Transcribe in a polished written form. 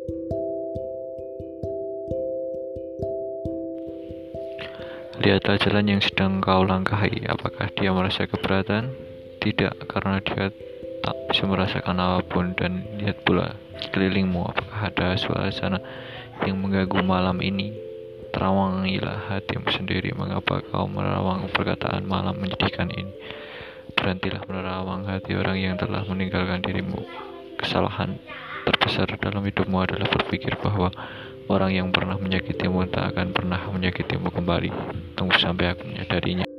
Lihatlah jalan yang sedang kau langkahi. Apakah dia merasa keberatan? Tidak, karena dia tak bisa merasakan apapun. Dan lihat pula sekelilingmu, apakah ada suasana yang mengganggu malam ini? Terawangilah hatimu sendiri. Mengapa kau merawang perkataan malam menyedihkan ini? Berhentilah menerawang hati orang yang telah meninggalkan dirimu. Kesalahan terbesar dalam hidupmu adalah berpikir bahwa orang yang pernah menyakitimu tak akan pernah menyakitimu kembali. Tunggu sampai aku menyadarinya.